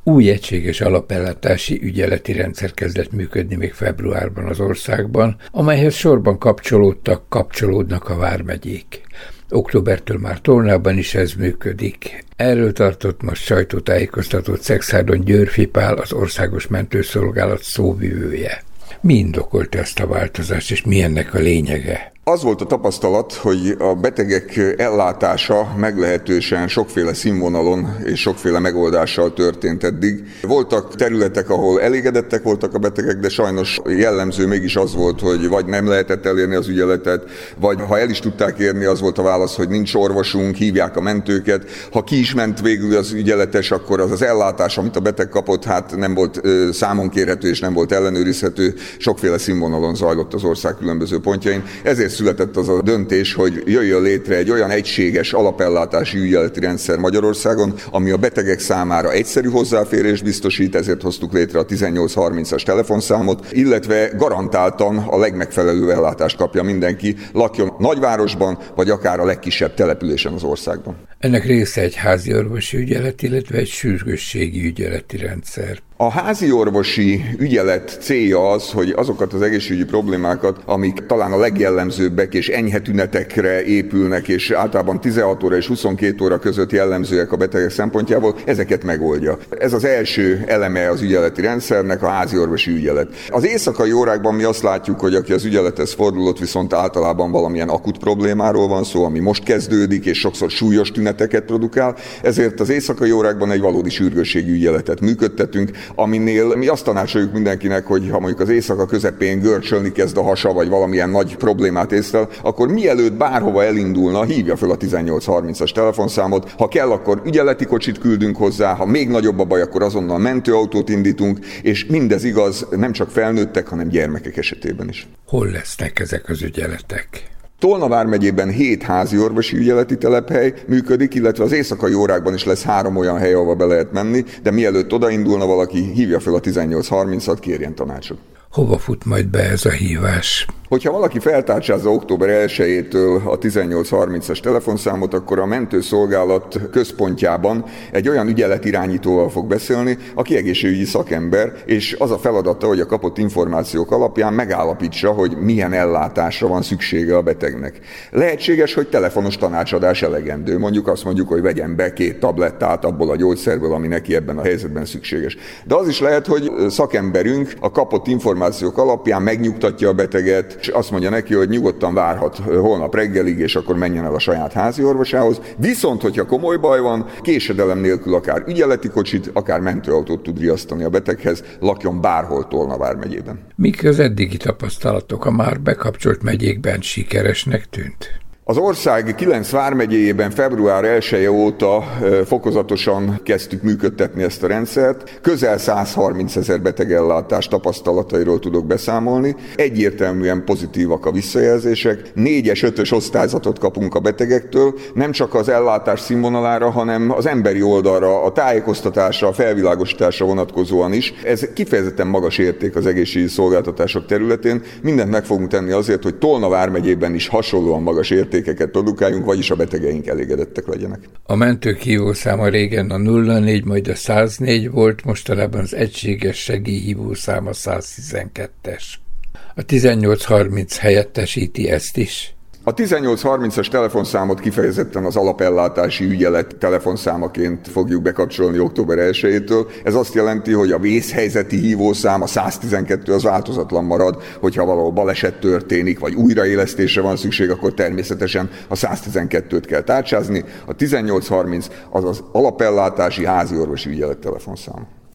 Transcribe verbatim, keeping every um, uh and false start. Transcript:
Új egységes alapellátási ügyeleti rendszer kezdett működni még februárban az országban, amelyhez sorban kapcsolódtak, kapcsolódnak a vármegyék. Októbertől már Tolnában is ez működik. Erről tartott most sajtótájékoztatót Szexádon Győrfi Pál, az Országos Mentőszolgálat szóvivője. Mi indokolta ezt a változást, és mi ennek a lényege? Az volt a tapasztalat, hogy a betegek ellátása meglehetősen sokféle színvonalon és sokféle megoldással történt eddig. Voltak területek, ahol elégedettek voltak a betegek, de sajnos jellemző mégis az volt, hogy vagy nem lehetett elérni az ügyeletet, vagy ha el is tudták érni, az volt a válasz, hogy nincs orvosunk, hívják a mentőket. Ha ki is ment végül az ügyeletes, akkor az az ellátás, amit a beteg kapott, hát nem volt számon kérhető és nem volt ellenőrizhető. Sokféle színvonalon zajlott az ország különböző pontjain. Ezért született az a döntés, hogy jöjjön létre egy olyan egységes alapellátási ügyeleti rendszer Magyarországon, ami a betegek számára egyszerű hozzáférést biztosít, ezért hoztuk létre a tizennyolc harmincas telefonszámot, illetve garantáltan a legmegfelelőbb ellátást kapja mindenki, lakjon nagyvárosban, vagy akár a legkisebb településen az országban. Ennek része egy házi orvosi ügyelet, illetve egy sürgősségi ügyeleti rendszer. A házi orvosi ügyelet célja az, hogy azokat az egészségügyi problémákat, amik talán a legjellemzőbbek és enyhe tünetekre épülnek, és általában tizenhat óra és huszonkét óra között jellemzőek a betegek szempontjából, ezeket megoldja. Ez az első eleme az ügyeleti rendszernek, a házi orvosi ügyelet. Az éjszakai órákban mi azt látjuk, hogy aki az ügyelethez fordulott, viszont általában valamilyen akut problémáról van szó, ami most kezdődik, és sokszor súlyos tüneteket produkál, ezért az éjszakai órákban egy valódi sürgősségi ügyeletet működtetünk, aminél mi azt tanácsoljuk mindenkinek, hogy ha mondjuk az éjszaka közepén görcsölni kezd a hasa, vagy valamilyen nagy problémát észlel, akkor mielőtt bárhova elindulna, hívja fel a tizennyolc harmincas telefonszámot. Ha kell, akkor ügyeleti kocsit küldünk hozzá, ha még nagyobb a baj, akkor azonnal mentőautót indítunk, és mindez igaz nem csak felnőttek, hanem gyermekek esetében is. Hol lesznek ezek az ügyeletek? Tolna vármegyében hét házi orvosi ügyeleti telephely működik, illetve az éjszakai órákban is lesz három olyan hely, ahova be lehet menni, de mielőtt odaindulna valaki, hívja fel a tizennyolc harmincat, kérjen tanácsot. Hova fut majd be ez a hívás? Hogyha valaki feltárcsázza október elsejétől a tizennyolc harmincas telefonszámot, akkor a mentőszolgálat központjában egy olyan ügyeletirányítóval fog beszélni, aki egészségügyi szakember, és az a feladata, hogy a kapott információk alapján megállapítsa, hogy milyen ellátásra van szüksége a betegnek. Lehetséges, hogy telefonos tanácsadás elegendő. Mondjuk azt mondjuk, hogy vegyen be két tablettát abból a gyógyszerből, ami neki ebben a helyzetben szükséges. De az is lehet, hogy szakemberünk a kapott információk alapján megnyugtatja a beteget, és azt mondja neki, hogy nyugodtan várhat holnap reggelig, és akkor menjen el a saját házi orvosához. Viszont, hogyha komoly baj van, késedelem nélkül akár ügyeleti kocsit, akár mentőautót tud riasztani a beteghez, lakjon bárhol Tolna vármegyében. Mik az eddigi tapasztalatok a már bekapcsolt megyékben sikeresnek tűnt? Az ország kilenc vármegyéjében február elseje óta fokozatosan kezdtük működtetni ezt a rendszert. Közel száz harminc ezer betegellátás tapasztalatairól tudok beszámolni. Egyértelműen pozitívak a visszajelzések. Négyes, ötös osztályzatot kapunk a betegektől, nem csak az ellátás színvonalára, hanem az emberi oldalra, a tájékoztatásra, a felvilágosításra vonatkozóan is. Ez kifejezetten magas érték az egészségügyi szolgáltatások területén. Mindent meg fogunk tenni azért, hogy Tolna vármegyében is hasonlóan magas érték produkáljunk, vagyis a betegeink elégedettek legyenek. A mentők hívószáma régen a nulla négy, majd a száz négy volt, mostanában az egységes segélyhívószám a száz tizenkettes. A tizennyolc harminc helyettesíti ezt is? A tizennyolc harmincas telefonszámot kifejezetten az alapellátási ügyelet telefonszámaként fogjuk bekapcsolni október elsejétől. Ez azt jelenti, hogy a vészhelyzeti hívószám, a száz tizenkettő az változatlan marad, hogyha valahol baleset történik, vagy újraélesztésre van szükség, akkor természetesen a száz tizenkettőt kell tárcsázni. A tizennyolc harminc az az alapellátási házi orvosi ügyelet telefonszáma.